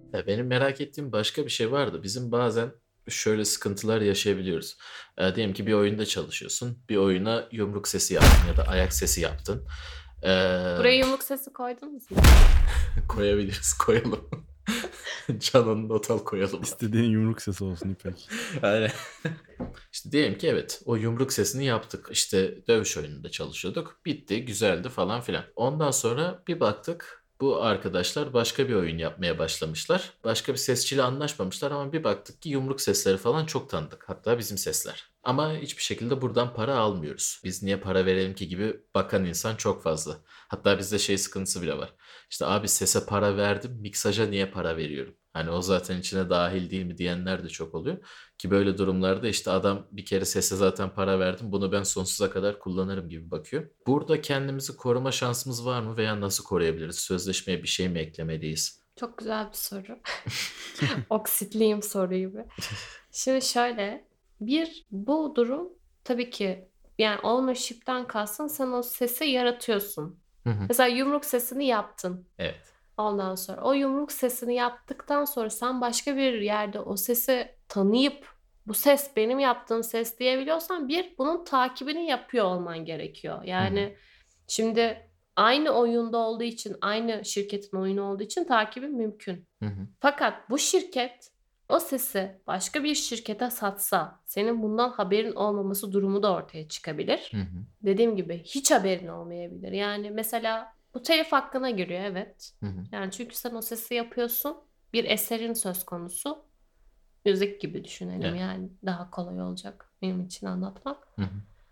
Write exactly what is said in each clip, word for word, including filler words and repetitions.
Ya benim merak ettiğim başka bir şey vardı. Bizim bazen şöyle sıkıntılar yaşayabiliyoruz. E, diyelim ki bir oyunda çalışıyorsun. Bir oyuna yumruk sesi yaptın ya da ayak sesi yaptın. E, Buraya yumruk sesi koydunuz mu? koyabiliriz, koyalım. Canon'un notal koyalım abi. İstediğin yumruk sesi olsun İpek. Yani işte diyelim ki evet o yumruk sesini yaptık. İşte dövüş oyununda çalışıyorduk. Bitti, güzeldi falan filan. Ondan sonra bir baktık bu arkadaşlar başka bir oyun yapmaya başlamışlar. Başka bir sesçiyle anlaşmamışlar ama bir baktık ki yumruk sesleri falan çok tanıdık. Hatta bizim sesler. Ama hiçbir şekilde buradan para almıyoruz. Biz niye para verelim ki gibi bakan insan çok fazla. Hatta bizde şey sıkıntısı bile var. İşte abi sese para verdim, miksaja niye para veriyorum? Hani o zaten içine dahil değil mi diyenler de çok oluyor. Ki böyle durumlarda işte adam bir kere sese zaten para verdim bunu ben sonsuza kadar kullanırım gibi bakıyor. Burada kendimizi koruma şansımız var mı veya nasıl koruyabiliriz? Sözleşmeye bir şey mi eklemeliyiz? Çok güzel bir soru. Oksitliyim soru gibi. Şimdi şöyle, bir bu durum tabii ki yani ownership'ten kalsın, sen o sesi yaratıyorsun. Hı hı. Mesela yumruk sesini yaptın. Evet. Ondan sonra o yumruk sesini yaptıktan sonra sen başka bir yerde o sesi tanıyıp bu ses benim yaptığım ses diyebiliyorsan, bir bunun takibini yapıyor olman gerekiyor. Hı hı. Yani şimdi aynı oyunda olduğu için, aynı şirketin oyunu olduğu için takibi mümkün. Hı hı. Fakat bu şirket o sesi başka bir şirkete satsa, senin bundan haberin olmaması durumu da ortaya çıkabilir. Hı hı. Dediğim gibi hiç haberin olmayabilir. Yani mesela bu telif hakkına giriyor, evet. Hı hı. Yani çünkü sen o sesi yapıyorsun. Bir eserin söz konusu. Müzik gibi düşünelim, Evet. yani daha kolay olacak benim için anlatmak. Hı hı.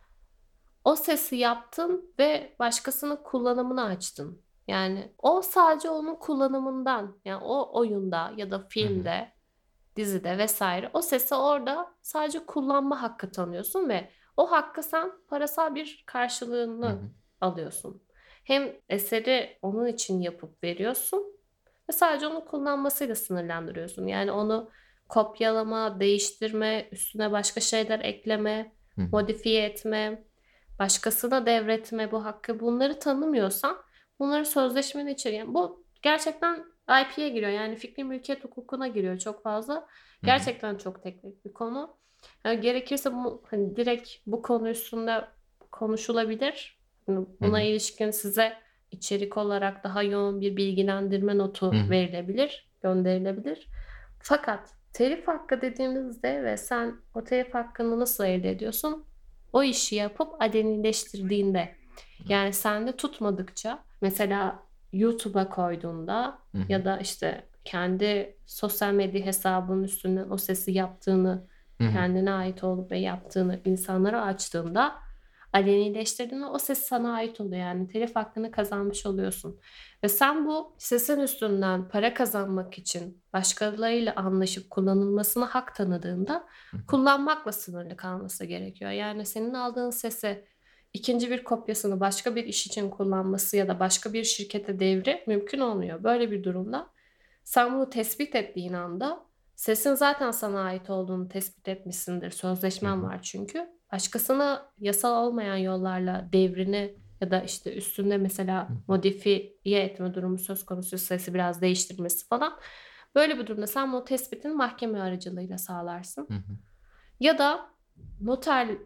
O sesi yaptın ve başkasının kullanımını açtın. Yani o sadece onun kullanımından, yani o oyunda ya da Hı hı. filmde, dizide vesaire o sesi orada sadece kullanma hakkı tanıyorsun ve o hakkı sen parasal bir Hı karşılığını hı. alıyorsun. Hem eseri onun için yapıp veriyorsun ve sadece onu kullanmasıyla sınırlandırıyorsun. Yani onu kopyalama, değiştirme, üstüne başka şeyler ekleme, Hı hı. modifiye etme, başkasına devretme bu hakkı, bunları tanımıyorsan bunları sözleşmenin içeriyor. Yani bu gerçekten I P'ye giriyor. Yani fikri mülkiyet hukukuna giriyor çok fazla. Hı hı. Gerçekten çok teknik bir konu. Yani gerekirse bu, hani direkt bu konu üstünde konuşulabilir. Hani Hı buna hı. ilişkin size içerik olarak daha yoğun bir bilgilendirme Hı notu hı. verilebilir, gönderilebilir. Fakat telif hakkı dediğimizde ve sen o telif hakkını nasıl elde ediyorsun? O işi yapıp adenileştirdiğinde, yani sende tutmadıkça, mesela YouTube'a koyduğunda Hı hı. ya da işte kendi sosyal medya hesabının üstünden o sesi yaptığını, Hı hı. kendine ait olup ve yaptığını insanlara açtığında, alenileştirdiğinde o ses sana ait oluyor. Yani telif hakkını kazanmış oluyorsun. Ve sen bu sesin üstünden para kazanmak için başkalarıyla anlaşıp kullanılmasına hak tanıdığında Hı hı. kullanmakla sınırlı kalması gerekiyor. Yani senin aldığın sesi ikinci bir kopyasını başka bir iş için kullanması ya da başka bir şirkete devri mümkün olmuyor. Böyle bir durumda sen bunu tespit ettiğin anda sesin zaten sana ait olduğunu tespit etmişsindir. Hı Sözleşmen hı. var çünkü. Başkasına yasal olmayan yollarla devrini ya da işte üstünde Hı mesela hı. modifiye etme durumu söz konusu, sesi biraz değiştirmesi falan. Böyle bir durumda sen bu tespitini mahkeme aracılığıyla sağlarsın. Hı hı. Ya da noterler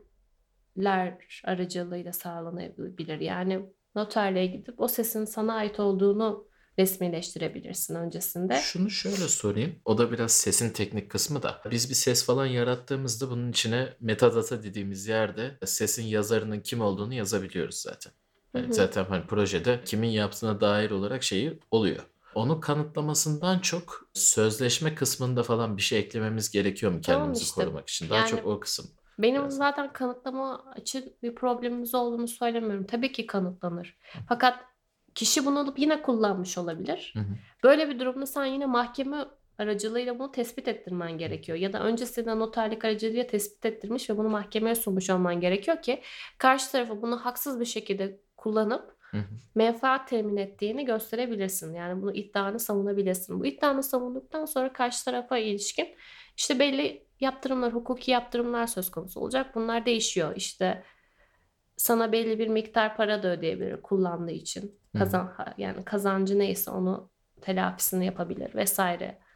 aracılığıyla sağlanabilir. Yani noterliğe gidip o sesin sana ait olduğunu resmileştirebilirsin öncesinde. Şunu şöyle sorayım. O da biraz sesin teknik kısmı da. Biz bir ses falan yarattığımızda bunun içine metadata dediğimiz yerde sesin yazarının kim olduğunu yazabiliyoruz zaten. Hı Yani hı. zaten hani projede kimin yaptığına dair olarak şeyi oluyor. Onu kanıtlamasından çok sözleşme kısmında falan bir şey eklememiz gerekiyor mu Tamam kendimizi işte, korumak için? Daha çok yani o kısım benim biraz da. zaten kanıtlama için bir problemimiz olduğunu söylemiyorum. Tabii ki kanıtlanır. Fakat kişi bunu alıp yine kullanmış olabilir. Hı hı. Böyle bir durumda sen yine mahkeme aracılığıyla bunu tespit ettirmen gerekiyor. Ya da öncesinde noterlik aracılığıyla tespit ettirmiş ve bunu mahkemeye sunmuş olman gerekiyor ki karşı tarafı bunu haksız bir şekilde kullanıp Hı hı. menfaat temin ettiğini gösterebilirsin. Yani bunu, iddianı savunabilirsin. Bu iddianı savunduktan sonra karşı tarafa ilişkin işte belli yaptırımlar, hukuki yaptırımlar söz konusu olacak. Bunlar değişiyor. İşte sana belli bir miktar para da ödeyebilir kullandığı için. Hı hı. Kazan, yani kazancı neyse onu telafisini yapabilir vesaire.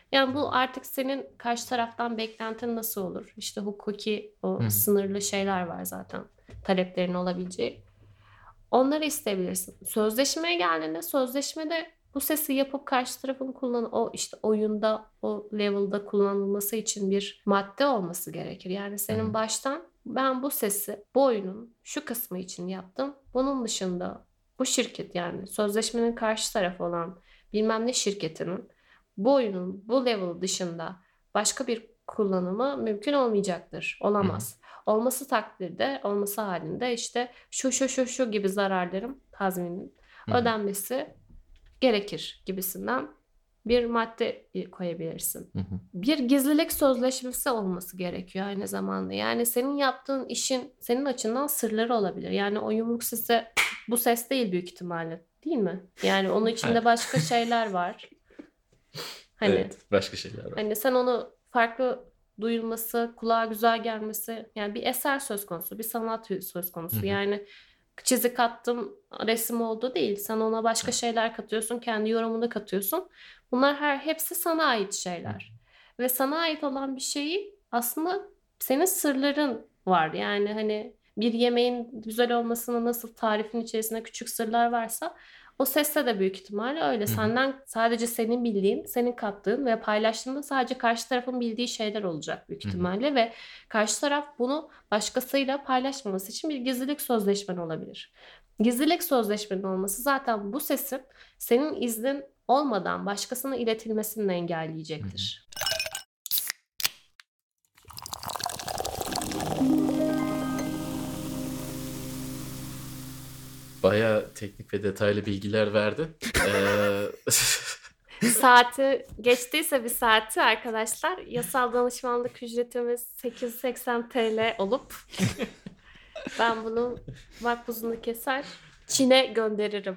Yani bu artık senin karşı taraftan beklentin nasıl olur? İşte hukuki o Hı. sınırlı şeyler var zaten. Taleplerin olabileceği. Onları isteyebilirsin. Sözleşmeye geldiğinde sözleşmede bu sesi yapıp karşı tarafın kullan o işte oyunda o level'da kullanılması için bir madde olması gerekir. Yani senin Hı. baştan ben bu sesi bu oyunun şu kısmı için yaptım. Bunun dışında bu şirket yani sözleşmenin karşı tarafı olan bilmem ne şirketinin bu oyunun bu level dışında başka bir kullanımı mümkün olmayacaktır. Hı. Olamaz. Olması takdirde, olması halinde işte şu şu şu şu gibi zararların tazminin Hı. ödenmesi gerekir gibisinden bir madde koyabilirsin. Hı hı. Bir gizlilik sözleşmesi olması gerekiyor aynı zamanda. Yani senin yaptığın işin senin açından sırları olabilir. Yani o yumruk sesi bu ses değil büyük ihtimalle. Değil mi? Yani onun içinde Hayır. başka şeyler var. Hani Evet, başka şeyler var. hani sen onu farklı duyulması, kulağa güzel gelmesi yani bir eser söz konusu, bir sanat söz Hı konusu. hı. Yani çizik attım, resim oldu değil. Sen ona başka Evet. şeyler katıyorsun, kendi yorumunu katıyorsun. Bunlar her hepsi sana ait Hı. şeyler. Ve sana ait olan bir şeyi aslında senin sırların var. Yani hani bir yemeğin güzel olmasına nasıl tarifin içerisinde küçük sırlar varsa o seste de büyük ihtimalle öyle. Hı hı. Senden sadece senin bildiğin, senin kattığın ve paylaştığında sadece karşı tarafın bildiği şeyler olacak büyük Hı hı. ihtimalle ve karşı taraf bunu başkasıyla paylaşmaması için bir gizlilik sözleşmen olabilir. Gizlilik sözleşmenin olması zaten bu sesin senin iznin olmadan başkasına iletilmesini Hı hı. engelleyecektir. Bayağı teknik ve detaylı bilgiler verdin. Ee, Saati geçtiyse bir saati arkadaşlar yasal danışmanlık ücretimiz sekiz yüz seksen T L olup ben bunu makbuzunu keser Çin'e gönderirim.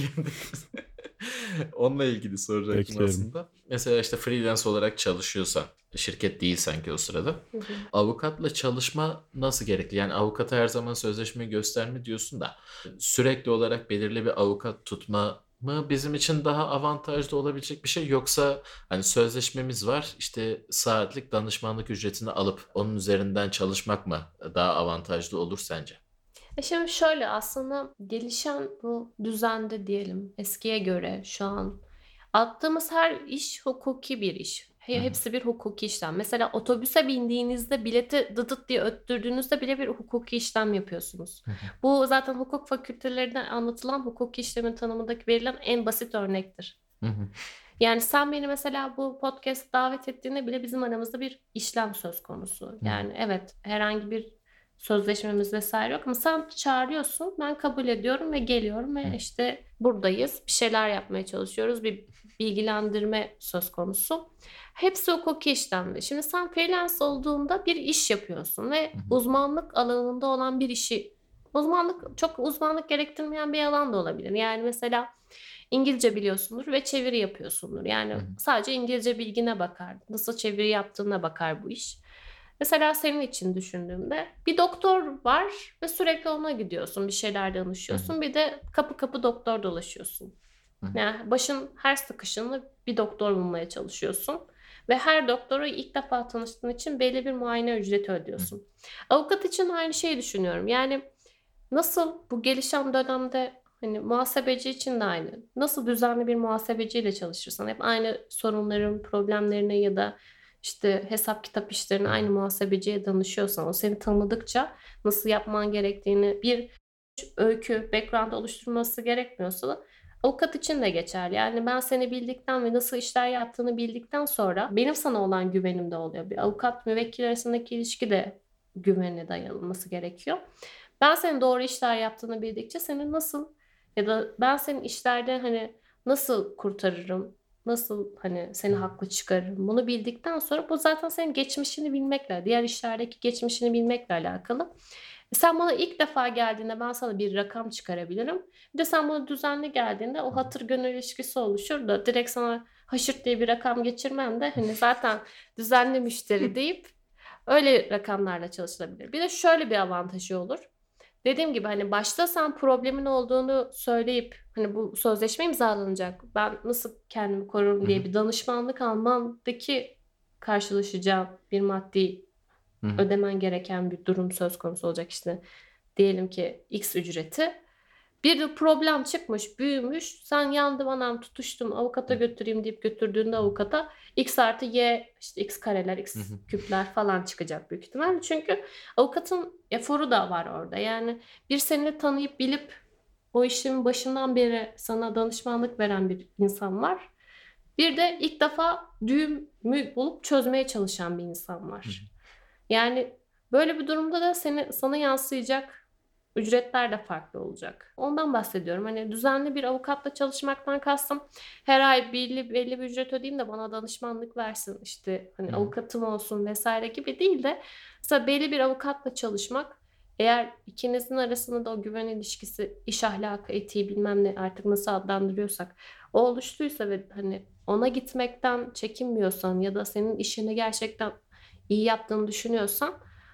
Onunla ilgili soracaktım Bekliyorum. aslında. Mesela işte freelance olarak çalışıyorsan, şirket değil sanki o sırada. Hı hı. Avukatla çalışma nasıl gerekli? Yani avukata her zaman sözleşmeyi gösterme diyorsun da sürekli olarak belirli bir avukat tutma mı bizim için daha avantajlı olabilecek bir şey, yoksa hani sözleşmemiz var işte saatlik danışmanlık ücretini alıp onun üzerinden çalışmak mı daha avantajlı olur sence? E şimdi şöyle aslında gelişen bu düzende diyelim eskiye göre şu an attığımız her iş hukuki bir iş. Hı He- hı. Hepsi bir hukuki işlem. Mesela otobüse bindiğinizde bileti dıdıt diye öttürdüğünüzde bile bir hukuki işlem yapıyorsunuz. Hı hı. Bu zaten hukuk fakültelerinde anlatılan hukuki işlemin tanımındaki verilen en basit örnektir. Hı hı. Yani sen beni mesela bu podcast davet ettiğinde bile bizim aramızda bir işlem söz konusu. Hı hı. Yani evet herhangi bir sözleşmemiz vesaire yok ama sen çağırıyorsun, ben kabul ediyorum ve geliyorum Hı. ve işte buradayız, bir şeyler yapmaya çalışıyoruz, bir bilgilendirme söz konusu. Hepsi hukuki işlemde. Şimdi sen freelance olduğunda bir iş yapıyorsun ve Hı hı. uzmanlık alanında olan bir işi, uzmanlık çok uzmanlık gerektirmeyen bir alan da olabilir. Yani mesela İngilizce biliyorsundur ve çeviri yapıyorsundur. Yani Hı hı. sadece İngilizce bilgine bakar. Nasıl çeviri yaptığına bakar bu iş. Mesela senin için düşündüğümde bir doktor var ve sürekli ona gidiyorsun. Bir şeyler Hı hı. danışıyorsun. Bir de kapı kapı doktor dolaşıyorsun. Hı hı. Yani başın her sıkışında bir doktor bulmaya çalışıyorsun. Ve her doktora ilk defa tanıştığın için belli bir muayene ücreti Hı hı. ödüyorsun. Avukat için aynı şeyi düşünüyorum. Yani nasıl bu gelişen dönemde hani muhasebeci için de aynı. Nasıl düzenli bir muhasebeciyle çalışırsan hep aynı sorunların, problemlerine ya da işte hesap kitap işlerini Hı hı. aynı muhasebeciye danışıyorsan o seni tanıdıkça nasıl yapman gerektiğini bir öykü, background oluşturması gerekmiyorsa da avukat için de geçerli. Yani ben seni bildikten ve nasıl işler yaptığını bildikten sonra benim sana olan güvenim de oluyor. Bir avukat müvekkil arasındaki ilişki de güvenine dayanılması gerekiyor. Ben senin doğru işler yaptığını bildikçe senin nasıl ya da ben senin işlerde hani nasıl kurtarırım, nasıl hani seni haklı çıkarırım bunu bildikten sonra bu zaten senin geçmişini bilmekle, diğer işlerdeki geçmişini bilmekle alakalı. E Sen bana ilk defa geldiğinde ben sana bir rakam çıkarabilirim. Bir de sen bana düzenli geldiğinde o hatır gönül ilişkisi oluşur da direkt sana haşırt diye bir rakam geçirmem de hani zaten düzenli müşteri deyip öyle rakamlarla çalışılabilir. Bir de şöyle bir avantajı olur. dediğim gibi hani başta sen problemin olduğunu söyleyip hani bu sözleşme imzalanacak, ben nasıl kendimi korurum Hı diye hı. bir danışmanlık almandaki karşılaşacağın bir maddi Hı hı. ödemen gereken bir durum söz konusu olacak işte. Diyelim ki X ücreti. Bir de problem çıkmış, büyümüş. Sen yandım anam tutuştum avukata Hı götüreyim deyip götürdüğünde avukata X artı Y işte X kareler, hı. X küpler falan çıkacak büyük ihtimal. Çünkü avukatın eforu da var orada. Yani bir seni tanıyıp bilip o işin başından beri sana danışmanlık veren bir insan var. Bir de ilk defa düğümü bulup çözmeye çalışan bir insan Hı hı. var. Yani böyle bir durumda da seni sana yansıyacak ücretler de farklı olacak. Ondan bahsediyorum. Hani düzenli bir avukatla çalışmaktan kastım her ay belli belli bir ücret ödeyeyim de bana danışmanlık versin işte hani Hı hı. avukatım olsun vesaire gibi değil de mesela belli bir avukatla çalışmak eğer ikinizin arasında da o güven ilişkisi, iş ahlakı, etiği bilmem ne artık nasıl adlandırıyorsak o oluştuysa ve hani ona gitmekten çekinmiyorsan ya da senin işini gerçekten iyi yaptığını düşünüyorsan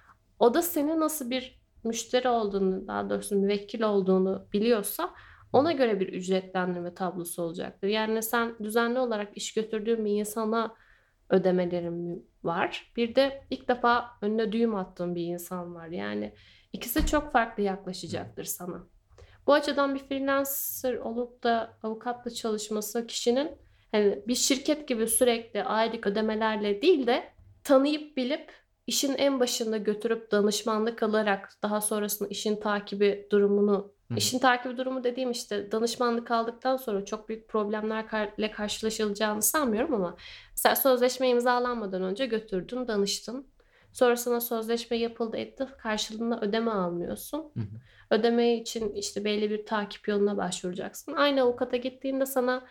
o da senin nasıl bir müşteri olduğunu, daha doğrusu müvekkil olduğunu biliyorsa Hı hı. ona göre bir ücretlendirme tablosu olacaktır. Yani sen düzenli olarak iş götürdüğün bir insana ödemelerin var. Bir de ilk defa önüne düğüm attığın bir insan var. Yani ikisi çok farklı Hı hı. yaklaşacaktır sana. Bu açıdan bir freelancer olup da avukatla çalışması kişinin hani bir şirket gibi sürekli aylık ödemelerle değil de tanıyıp bilip işin en başında götürüp danışmanlık alarak daha sonrasında işin takibi durumunu Hı hı. işin takibi durumu dediğim işte danışmanlık aldıktan sonra çok büyük problemlerle karşılaşılacağını sanmıyorum ama mesela sözleşme imzalanmadan önce götürdün, danıştın. Sonrasında sözleşme yapıldı etti. Karşılığında ödeme almıyorsun. Hı hı. Ödeme için işte belli bir takip yoluna başvuracaksın. Aynı avukata gittiğinde sana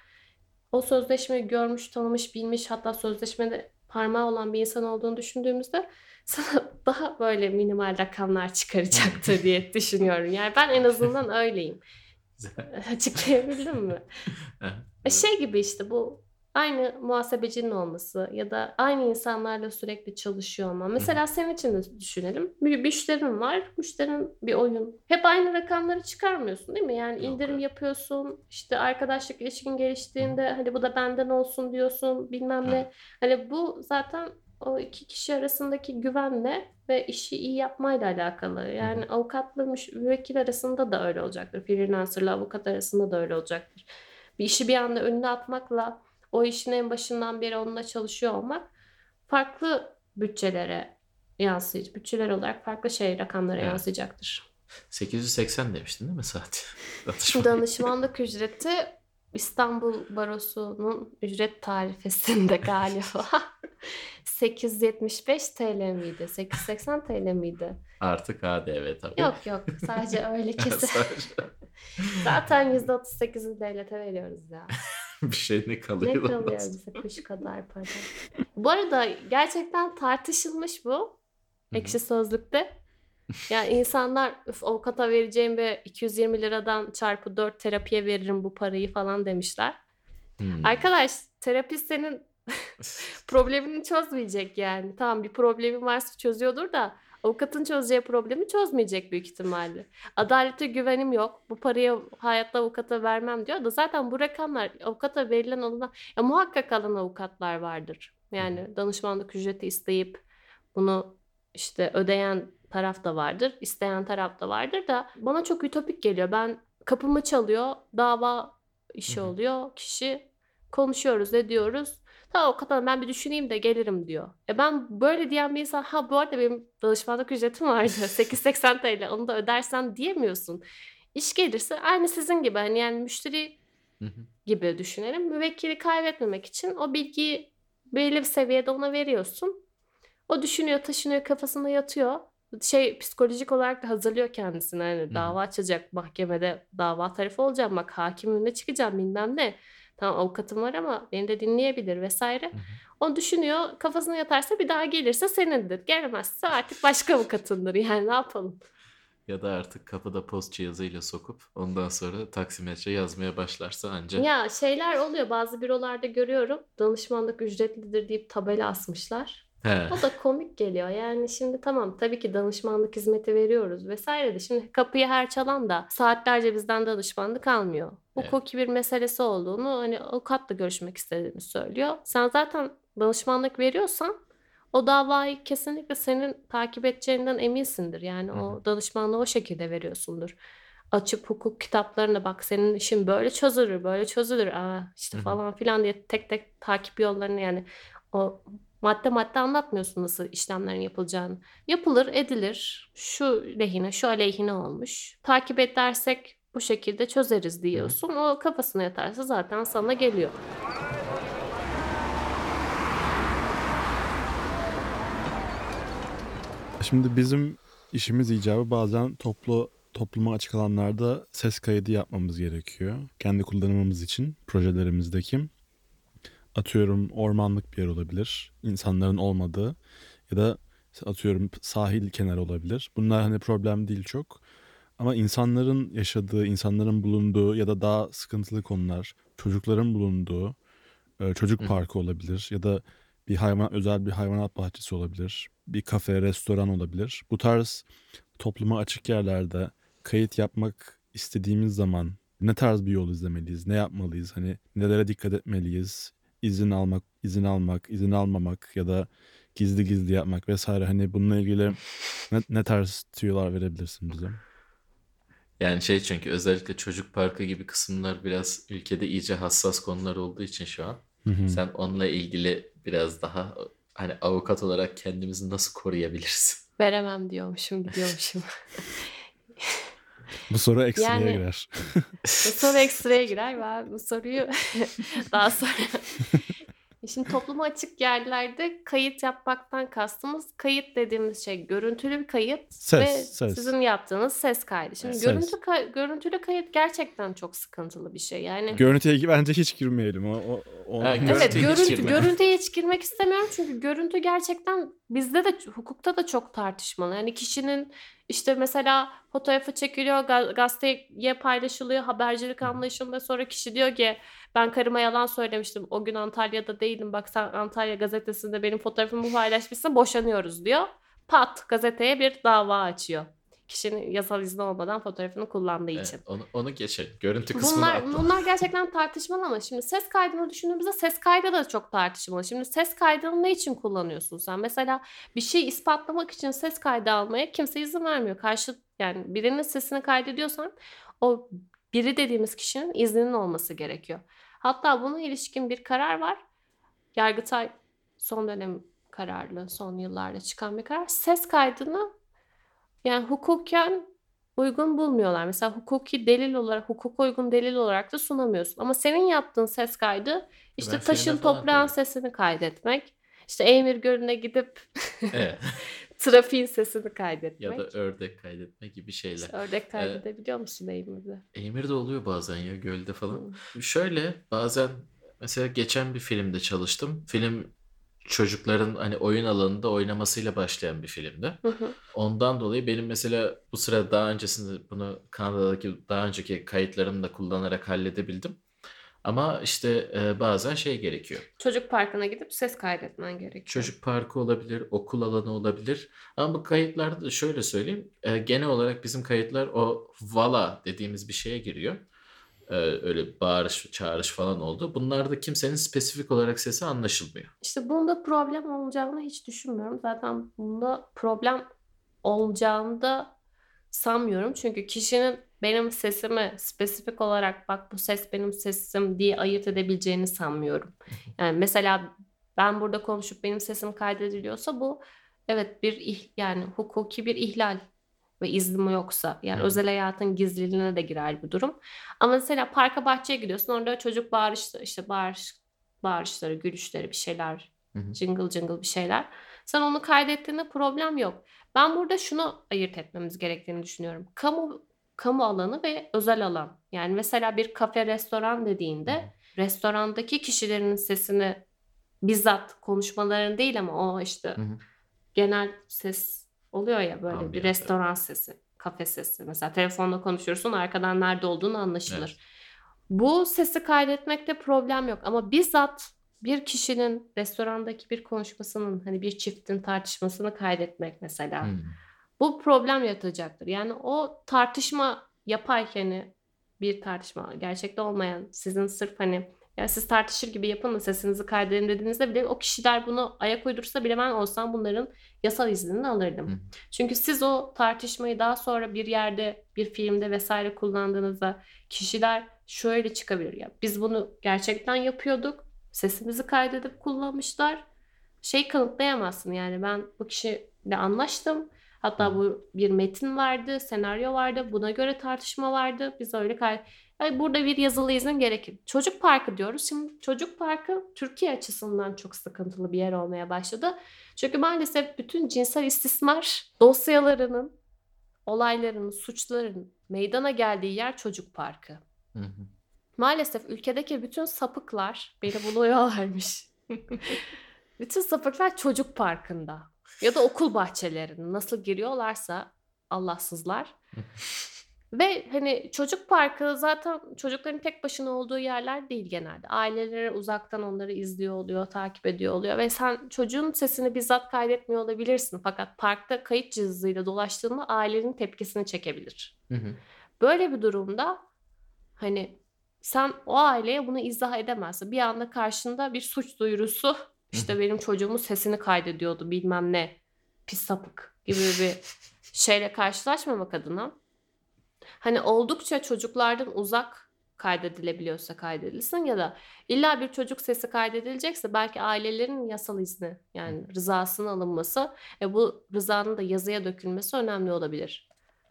o sözleşmeyi görmüş, tanımış, bilmiş hatta sözleşmede parmağı olan bir insan olduğunu düşündüğümüzde sana daha böyle minimal rakamlar Hı hı. çıkaracaktır diye düşünüyorum. Yani ben en azından öyleyim. Güzel. Açıklayabildim mi? Ha, E, evet. Şey gibi işte bu aynı muhasebecinin olması ya da aynı insanlarla sürekli çalışıyor olman. Hı hı. Mesela senin için de düşünelim. Bir müşterin var. Müşterin bir oyun. Hep aynı rakamları çıkarmıyorsun değil mi? Yani Yok, indirim evet. yapıyorsun. İşte arkadaşlık ilişkin Hı hı. geliştiğinde hadi bu da benden olsun diyorsun bilmem Evet. ne. Hani bu zaten o iki kişi arasındaki güvenle ve işi iyi yapmayla alakalı. Hı hı. Yani avukatla müş- müvekkil arasında da öyle olacaktır. Freelancerla avukat arasında da öyle olacaktır. Bir işi bir anda önüne atmakla o işin en başından beri onunla çalışıyor olmak farklı bütçelere yansıyacak. Bütçeler olarak farklı şey rakamlara Evet. yansıyacaktır. sekiz yüz seksen demiştin değil mi saat? Danışman. Danışmanlık ücreti İstanbul Barosu'nun ücret tarifesinde galiba sekiz yüz yetmiş beş T L miydi? sekiz yüz seksen T L miydi? Artık K D V tabii. Yok yok sadece öyle kesin. Sadece Zaten yüzde otuz sekizi devlete veriyoruz ya. bir şey ne Ne kalıyor ondan kalıyor sonra. bize kuş kadar para. Bu arada gerçekten tartışılmış bu Hı hı. Ekşi Sözlük'te. Yani insanlar "Üf, avukata vereceğim ve iki yüz yirmi liradan çarpı dört terapiye veririm bu parayı falan demişler. Hmm. Arkadaş terapi senin problemini çözmeyecek yani. Tamam bir problemin varsa çözüyordur da avukatın çözeceği problemi çözmeyecek büyük ihtimalle. Adalete güvenim yok. Bu parayı hayatta avukata vermem diyor da zaten bu rakamlar avukata verilen alınan ya muhakkak alan avukatlar vardır. Hı hı. Yani danışmanlık ücreti isteyip bunu işte ödeyen taraf da vardır, isteyen taraf da vardır da bana çok ütopik geliyor. Ben kapımı çalıyor, dava Hı işi hı. oluyor. Kişi konuşuyoruz, ediyoruz. Tamam o kadar ben bir düşüneyim de gelirim diyor. E ben böyle diyen bir insan ha bu arada benim danışmanlık ücretim vardı sekiz yüz seksen T L onu da ödersen diyemiyorsun. İş gelirse aynı sizin gibi hani yani müşteri Hı hı. gibi düşünelim. Müvekkili kaybetmemek için o bilgiyi belli bir seviyede ona veriyorsun. O düşünüyor, taşınıyor, kafasında yatıyor. Şey psikolojik olarak da hazırlıyor kendisini. Hani Hı hı. dava açacak, mahkemede dava tarafı olacağım. Bak hakimin önüne çıkacağım bilmem ne. Tamam avukatım var ama beni de dinleyebilir vesaire. Hı hı. O düşünüyor, kafasına yatarsa bir daha gelirse senindir. Gelmezse artık başka avukatındır. Yani ne yapalım? Ya da artık kapıda post cihazıyla sokup ondan sonra taksimetre yazmaya başlarsa anca. Ya şeyler oluyor bazı bürolarda görüyorum. Danışmanlık ücretlidir deyip tabela asmışlar. He. O da komik geliyor. Yani şimdi tamam tabii ki danışmanlık hizmeti veriyoruz vesaire de şimdi kapıyı her çalan da saatlerce bizden danışmanlık almıyor. Evet. Hukuki bir meselesi olduğunu hani avukatla görüşmek istediğini söylüyor. Sen zaten danışmanlık veriyorsan o davayı kesinlikle senin takip edeceğinden eminsindir. Yani Hı hı. o danışmanlığı o şekilde veriyorsundur. Açıp hukuk kitaplarına bak senin işin böyle çözülür, böyle çözülür. Aa, işte Hı hı. falan filan diye tek tek takip yollarını yani o madde madde anlatmıyorsun nasıl işlemlerin yapılacağını. Yapılır, edilir. Şu lehine, şu aleyhine olmuş. Takip edersek bu şekilde çözeriz Hı hı. diyorsun. O kafasına yatarsa zaten sana geliyor. Şimdi bizim işimiz icabı bazen toplu topluma açık alanlarda ses kaydı yapmamız gerekiyor. Kendi kullanımımız için projelerimizdeki. Atıyorum ormanlık bir yer olabilir. İnsanların olmadığı ya da atıyorum sahil kenarı olabilir. Bunlar hani problem değil çok. Ama insanların yaşadığı, insanların bulunduğu ya da daha sıkıntılı konular, çocukların bulunduğu e, çocuk Hı hı. parkı olabilir ya da bir hayvan özel bir hayvanat bahçesi olabilir. Bir kafe, restoran olabilir. Bu tarz topluma açık yerlerde kayıt yapmak istediğimiz zaman ne tarz bir yol izlemeliyiz? Ne yapmalıyız? Hani nelere dikkat etmeliyiz? İzin almak, izin almak, izin almamak ya da gizli gizli yapmak vesaire. Hani bununla ilgili ne, ne tarz tüyolar verebilirsin bize? Yani şey çünkü özellikle çocuk parkı gibi kısımlar biraz ülkede iyice hassas konular olduğu için şu an. Hı hı. Sen onunla ilgili biraz daha hani avukat olarak kendimizi nasıl koruyabiliriz? Veremem diyormuşum, gidiyormuşum. Bu soru ekstraya Yani girer. bu soru ekstraya girer. Ben bu soruyu daha sonra... Şimdi topluma açık yerlerde kayıt yapmaktan kastımız kayıt dediğimiz şey görüntülü bir kayıt Ses, ve ses. sizin yaptığınız ses kaydı. Şimdi Evet. görüntü Ses. kay- görüntülü kayıt gerçekten çok sıkıntılı bir şey. Yani Görüntüye bence hiç girmeyelim. O, o, o Ha, evet görüntüye hiç görüntü girme. görüntüye hiç girmek istemiyorum çünkü görüntü gerçekten bizde de hukukta da çok tartışmalı. Yani kişinin işte mesela fotoğrafı çekiliyor, ga- gazeteye paylaşılıyor, habercilik Hı hı. anlayışında sonra kişi diyor ki ben karıma yalan söylemiştim. O gün Antalya'da değilim. Bak sen Antalya gazetesinde benim fotoğrafımı paylaşmışsın, boşanıyoruz diyor. Pat gazeteye bir dava açıyor. Kişinin yasal izni olmadan fotoğrafını kullandığı Evet, için. onu, onu geçelim. Görüntü kısmını Bunlar atla. bunlar gerçekten tartışmalı ama şimdi ses kaydını düşündüğümüzde ses kaydı da çok tartışmalı. Şimdi ses kaydını ne için kullanıyorsun sen? Mesela bir şey ispatlamak için ses kaydı almaya kimse izin vermiyor. Karşı yani birinin sesini kaydediyorsan o biri dediğimiz kişinin izninin olması gerekiyor. Hatta buna ilişkin bir karar var. Yargıtay son dönem kararlı, son yıllarda çıkan bir karar. Ses kaydını yani hukuken uygun bulmuyorlar. Mesela hukuki delil olarak, hukuka uygun delil olarak da sunamıyorsun. Ama senin yaptığın ses kaydı Ben işte filme taşın falan toprağın koyuyorum. sesini kaydetmek. İşte Eymir Gölü'ne gidip Evet. trafiğin sesini Ya da kaydetmek. ördek kaydetme gibi şeyler. İşte ördek Ee, kaydedebiliyor musun Eymir'de? Emir'de oluyor bazen ya gölde falan. Hı. Şöyle bazen mesela geçen bir filmde çalıştım. Film çocukların hani oyun alanında oynamasıyla başlayan bir filmdi. Hı hı. Ondan dolayı benim mesela bu sırada daha öncesinde bunu Kanada'daki daha önceki kayıtlarımı da kullanarak halledebildim. Ama işte e, bazen şey gerekiyor. Çocuk parkına gidip ses kaydetmen gerekiyor. Çocuk parkı olabilir, okul alanı olabilir. Ama bu kayıtlarda da şöyle söyleyeyim. e, genel olarak bizim kayıtlar o vala dediğimiz bir şeye giriyor. E, öyle bağırış, çağırış falan oldu. Bunlarda kimsenin spesifik olarak sesi anlaşılmıyor. İşte bunda problem olacağını hiç düşünmüyorum. Zaten bunda problem olacağını da sanmıyorum. Çünkü kişinin benim sesimi spesifik olarak bak bu ses benim sesim diye ayırt edebileceğini sanmıyorum. Yani mesela ben burada konuşup benim sesim kaydediliyorsa bu evet bir ih- yani hukuki bir ihlal ve iznim yoksa Hı yani hı. özel hayatın gizliliğine de girer bu durum. Ama mesela parka bahçeye gidiyorsun orada çocuk bağırış işte bağırış bağırışları, gülüşleri bir şeyler, Hı hı. cıngıl cıngıl bir şeyler. Sen onu kaydettiğinde problem yok. Ben burada şunu ayırt etmemiz gerektiğini düşünüyorum. Kamu kamu alanı ve özel alan. Yani mesela bir kafe, restoran Hı hı. dediğinde restorandaki kişilerin sesini bizzat konuşmaların değil ama o işte Hı hı. genel ses oluyor ya böyle bir Ambiyans, evet. restoran sesi, kafe sesi. Mesela telefonla konuşursun arkadan nerede olduğunu anlaşılır. Evet. Bu sesi kaydetmekte problem yok ama bizzat bir kişinin restorandaki bir konuşmasının hani bir çiftin tartışmasını kaydetmek mesela Hmm. bu problem yaratacaktır. Yani o tartışma yapay hani bir tartışma gerçekte olmayan sizin sırf hani ya siz tartışır gibi yapın da sesinizi kaydedin dediğinizde bile o kişiler bunu ayak uydursa bile ben olsam bunların yasal iznini alırdım. Hmm. Çünkü siz o tartışmayı daha sonra bir yerde bir filmde vesaire kullandığınızda kişiler şöyle çıkabilir ya biz bunu gerçekten yapıyorduk sesimizi kaydedip kullanmışlar şey kanıtlayamazsın yani ben bu kişiyle anlaştım. Hatta Hmm. bu bir metin vardı, senaryo vardı, buna göre tartışma vardı. Biz öyle kay yani burada bir yazılı izin gerekir. Çocuk parkı diyoruz. Şimdi çocuk parkı Türkiye açısından çok sıkıntılı bir yer olmaya başladı. Çünkü maalesef bütün cinsel istismar dosyalarının, olaylarının, suçların meydana geldiği yer çocuk parkı. Hı hı. Maalesef ülkedeki bütün sapıklar beni buluyorlarmış. Bütün sapıklar çocuk parkında ya da okul bahçelerine nasıl giriyorlarsa Allahsızlar. Ve hani çocuk parkı zaten çocukların tek başına olduğu yerler değil genelde. Aileleri uzaktan onları izliyor oluyor, takip ediyor oluyor ve sen çocuğun sesini bizzat kaydetmiyor olabilirsin. Fakat parkta kayıt cihazıyla dolaştığında ailenin tepkisini çekebilir. Hı hı. Böyle bir durumda hani sen o aileye bunu izah edemezsin. Bir anda karşında bir suç duyurusu işte benim çocuğumun sesini kaydediyordu bilmem ne pis sapık gibi bir şeyle karşılaşmamak adına hani oldukça çocuklardan uzak kaydedilebiliyorsa kaydedilsin ya da illa bir çocuk sesi kaydedilecekse belki ailelerin yasal izni yani rızasının alınması ve bu rızanın da yazıya dökülmesi önemli olabilir.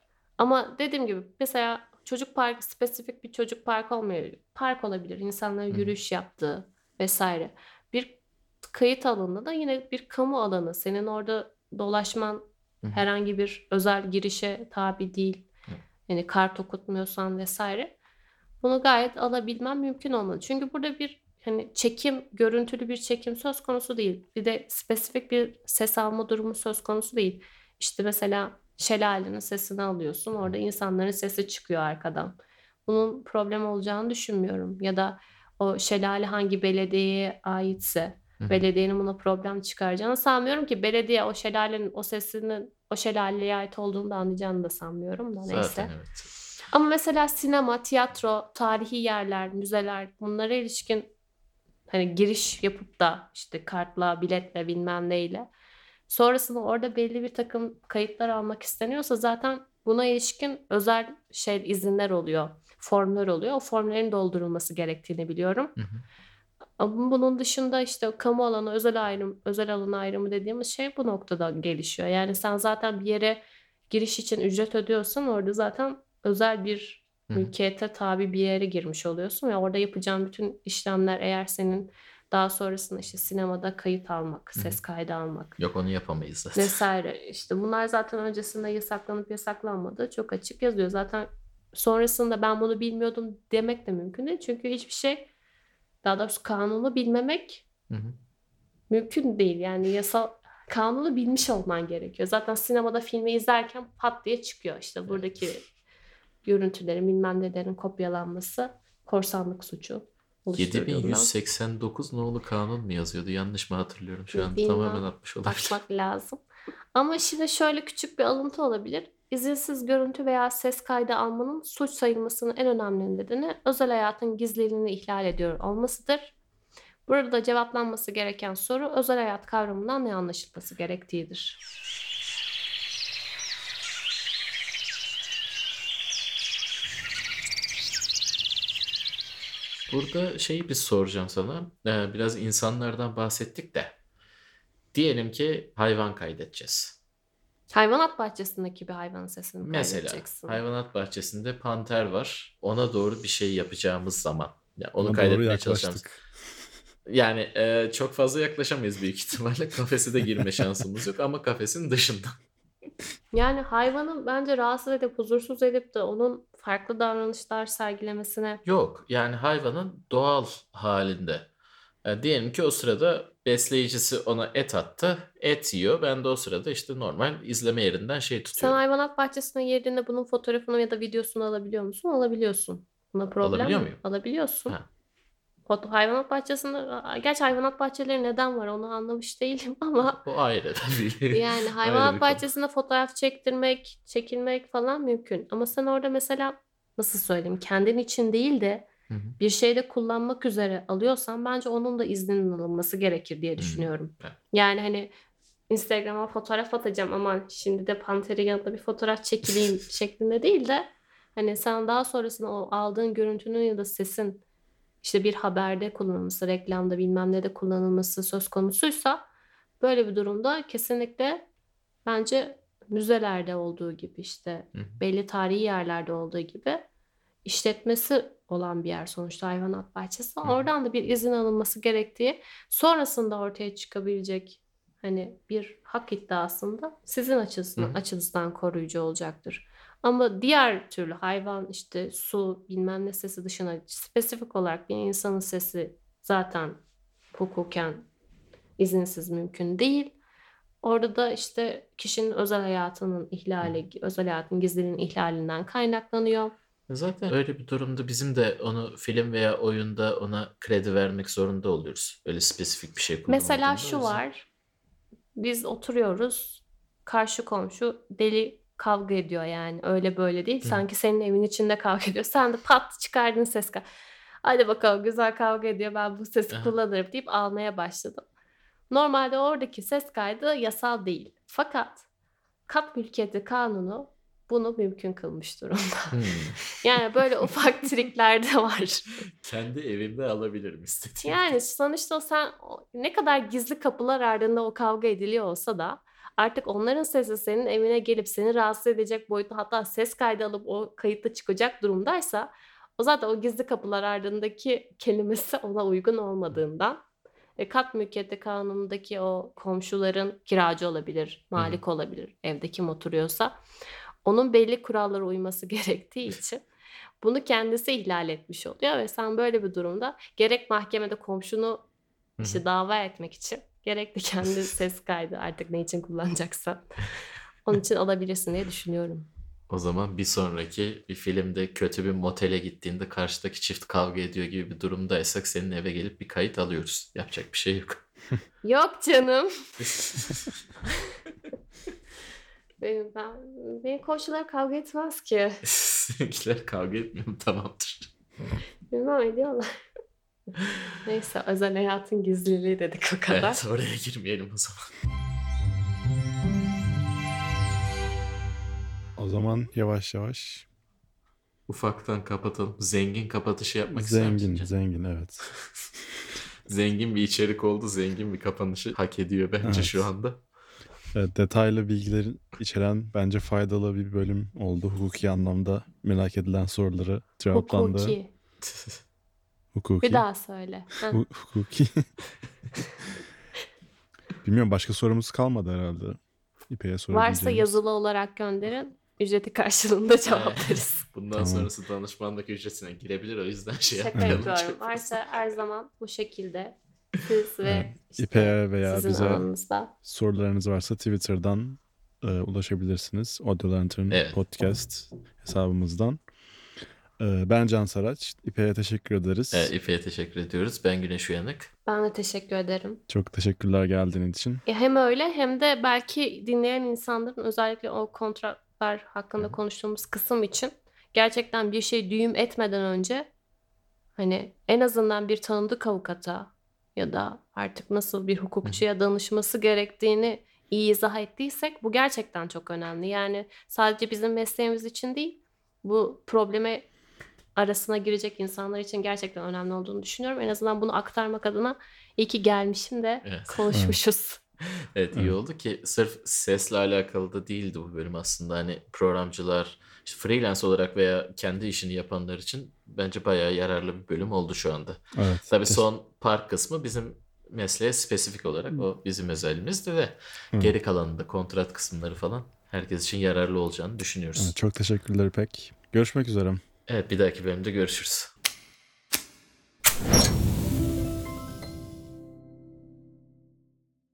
Ama dediğim gibi mesela çocuk parkı spesifik bir çocuk parkı olmuyor. Park olabilir. İnsanların Hı. yürüyüş yaptığı vesaire. Bir kayıt alanında da yine bir kamu alanı. Senin orada dolaşman Hı hı. herhangi bir özel girişe tabi değil. Hı. Yani kart okutmuyorsan vesaire. Bunu gayet alabilmem mümkün olmalı. Çünkü burada bir hani çekim, görüntülü bir çekim söz konusu değil. Bir de spesifik bir ses alma durumu söz konusu değil. İşte mesela şelalenin sesini alıyorsun. Orada insanların sesi çıkıyor arkadan. Bunun problem olacağını düşünmüyorum. Ya da o şelale hangi belediyeye aitse Hı hı. belediyenin buna problem çıkaracağını sanmıyorum ki belediye o şelalenin o sesinin o şelaleye ait olduğunu da anlayacağını da sanmıyorum da neyse. Zaten evet. Ama mesela sinema, tiyatro, tarihi yerler, müzeler bunlara ilişkin hani giriş yapıp da işte kartla, biletle bilmem neyle sonrasında orada belli bir takım kayıtlar almak isteniyorsa zaten buna ilişkin özel şey izinler oluyor, formlar oluyor. O formların doldurulması gerektiğini biliyorum. Hı hı. Ama bunun dışında işte kamu alanı, özel ayrım, özel alan ayrımı dediğimiz şey bu noktada gelişiyor. Yani sen zaten bir yere giriş için ücret ödüyorsan orada zaten özel bir Hı hı. mülkiyete tabi bir yere girmiş oluyorsun ve orada yapacağın bütün işlemler eğer senin daha sonrasında işte sinemada kayıt almak, Hı hı. ses kaydı almak Yok onu yapamayız zaten. vesaire işte bunlar zaten öncesinde yasaklanıp yasaklanmadığı çok açık yazıyor. Zaten sonrasında ben bunu bilmiyordum demek de mümkün değil. Çünkü hiçbir şey daha doğrusu kanunu bilmemek Hı hı. mümkün değil. Yani yasal kanunu bilmiş olman gerekiyor. Zaten sinemada filmi izlerken pat diye çıkıyor. İşte buradaki görüntülerin bilmem nelerin kopyalanması korsanlık suçu oluşturduğundan. yedi bin yüz seksen dokuz nolu kanun mu yazıyordu? Yanlış mı hatırlıyorum? Şu an Bilmem. tamamen atmış olabilir. Bakmak lazım. Ama şimdi şöyle küçük bir alıntı olabilir. İzinsiz görüntü veya ses kaydı almanın suç sayılmasının en önemli nedeni özel hayatın gizliliğini ihlal ediyor olmasıdır. Burada da cevaplanması gereken soru özel hayat kavramından ne anlaşılması gerektiğidir. Burada şeyi bir soracağım sana. Ee, biraz insanlardan bahsettik de. Diyelim ki hayvan kaydedeceğiz. Hayvanat bahçesindeki bir hayvanın sesini mi Mesela kaydedeceksin? hayvanat bahçesinde panter var. Ona doğru bir şey yapacağımız zaman. Yani onu Ona doğru kaydetmeye çalışacağımız. yaklaştık. Yani e, çok fazla yaklaşamayız büyük ihtimalle. Kafese de girme şansımız yok ama kafesin dışında. Yani hayvanın bence rahatsız edip huzursuz edip de onun farklı davranışlar sergilemesine Yok yani hayvanın doğal halinde. E, diyelim ki o sırada besleyicisi ona et attı. Et yiyor. Ben de o sırada işte normal izleme yerinden şey sen tutuyorum. hayvanat bahçesine girdiğinde bunun fotoğrafını ya da videosunu alabiliyor musun? Alabiliyorsun. Buna problem Alabiliyor mi? muyum? Alabiliyorsun. Ha. Foto hayvanat bahçesinde, gerçi hayvanat bahçeleri neden var onu anlamış değilim ama O ayrı tabii. yani Ayrı bir hayvanat konu. bahçesinde fotoğraf çektirmek, çekilmek falan mümkün. Ama sen orada mesela nasıl söyleyeyim kendin için değil de Hı hı. bir şeyde kullanmak üzere alıyorsan bence onun da izninin alınması gerekir diye Hı. düşünüyorum. Evet. Yani hani Instagram'a fotoğraf atacağım aman şimdi de panterin yanında bir fotoğraf çekileyim şeklinde değil de hani sen daha sonrasında o aldığın görüntünün ya da sesin işte bir haberde kullanılması, reklamda bilmem ne de kullanılması söz konusuysa böyle bir durumda kesinlikle bence müzelerde olduğu gibi işte Hı hı. belli tarihi yerlerde olduğu gibi işletmesi olan bir yer sonuçta hayvanat bahçesi. Hı hı. Oradan da bir izin alınması gerektiği sonrasında ortaya çıkabilecek hani bir hak iddiasında sizin Hı açısından, hı. açınızdan koruyucu olacaktır. Ama diğer türlü hayvan işte su bilmem ne sesi dışına spesifik olarak bir insanın sesi zaten hukuken izinsiz mümkün değil. Orada da işte kişinin özel hayatının Hı. ihlali, özel hayatın gizliliğinin ihlalinden kaynaklanıyor. Zaten öyle bir durumda bizim de onu film veya oyunda ona kredi vermek zorunda oluyoruz. Öyle spesifik bir şey Mesela kullanıldığında. O şu yüzden. var. Biz oturuyoruz. Karşı komşu deli kavga ediyor yani. Öyle böyle değil. Hı. Sanki senin evin içinde kavga ediyor. Sen de pat çıkardın ses. ka- Hadi bakalım güzel kavga ediyor. Ben bu sesi Aha. kullanırım deyip almaya başladım. Normalde oradaki ses kaydı yasal değil. Fakat kat mülkiyeti kanunu bunu mümkün kılmış durumda. Hmm. Yani böyle ufak trikler de var. Kendi evimde alabilirim istediğimde. Yani sonuçta o sen o- ne kadar gizli kapılar ardında o kavga ediliyor olsa da artık onların sesi senin evine gelip seni rahatsız edecek boyutta hatta ses kaydı alıp o kayıtta çıkacak durumdaysa o zaten o gizli kapılar ardındaki kelimesi ona uygun olmadığından e, kat mülkiyeti kanunundaki o komşuların kiracı olabilir, Hı hı. malik olabilir, evde kim oturuyorsa onun belli kurallara uyması gerektiği için bunu kendisi ihlal etmiş oluyor ve sen böyle bir durumda gerek mahkemede komşunu Hı hı. işte dava etmek için gerek de kendi ses kaydı artık ne için kullanacaksan onun için alabilirsin diye düşünüyorum. O zaman bir sonraki bir filmde kötü bir motele gittiğinde karşıdaki çift kavga ediyor gibi bir durumdaysak senin eve gelip bir kayıt alıyoruz. Yapacak bir şey yok. Yok canım. Benim, ben, benim komşular kavga etmez ki. Seninkiler kavga etmiyor mu? Tamamdır. Bilmem ediyorlar. Neyse özel hayatın gizliliği dedik o kadar. Evet, oraya girmeyelim o zaman. O zaman yavaş yavaş. Ufaktan kapatalım. Zengin kapatışı yapmak ister Zengin, misin? zengin evet. Zengin bir içerik oldu. Zengin bir kapanışı hak ediyor bence Evet. şu anda. Evet, detaylı bilgiler içeren bence faydalı bir bölüm oldu. Hukuki anlamda merak edilen soruları cevaplandı. Hukuki. Hukuki. Bir daha söyle. Heh. Hu- hukuki. Bilmiyorum başka sorumuz kalmadı herhalde. İpek'e sorabileceğimiz. Varsa yazılı olarak gönderin. Ücreti karşılığında cevaplarız. Bundan Tamam. sonrası danışmanlık ücretine girebilir. O yüzden şey Şaka yapmayalım. yapıyorum. Varsa her zaman bu şekilde siz ve Evet. işte İpek'e veya sizin bize alanınızda. sorularınız varsa Twitter'dan e, ulaşabilirsiniz. Audio Lantern Evet. Podcast hesabımızdan. E, ben Can Saraç. İpek'e teşekkür ederiz. Evet, İpek'e teşekkür ediyoruz. Ben Güneş Uyanık. Ben de teşekkür ederim. Çok teşekkürler geldiğin için. E, hem öyle hem de belki dinleyen insanların özellikle o kontratlar hakkında Hı. konuştuğumuz kısım için gerçekten bir şey düğüm etmeden önce hani en azından bir tanıdık avukata ya da artık nasıl bir hukukçuya danışması gerektiğini iyi izah ettiysek bu gerçekten çok önemli. Yani sadece bizim mesleğimiz için değil bu probleme arasına girecek insanlar için gerçekten önemli olduğunu düşünüyorum. En azından bunu aktarmak adına iyi ki gelmişim de Evet. konuşmuşuz. Evet, iyi Evet. oldu ki sırf sesle alakalı da değildi bu bölüm aslında. Hani programcılar, işte freelance olarak veya kendi işini yapanlar için bence bayağı yararlı bir bölüm oldu şu anda. Evet. Tabii Teş- son park kısmı bizim mesleğe spesifik olarak o bizim özelimizdi de Evet. geri kalanında kontrat kısımları falan herkes için yararlı olacağını düşünüyoruz. Evet, çok teşekkürler İpek. Görüşmek üzere. Evet, bir dahaki bölümde görüşürüz.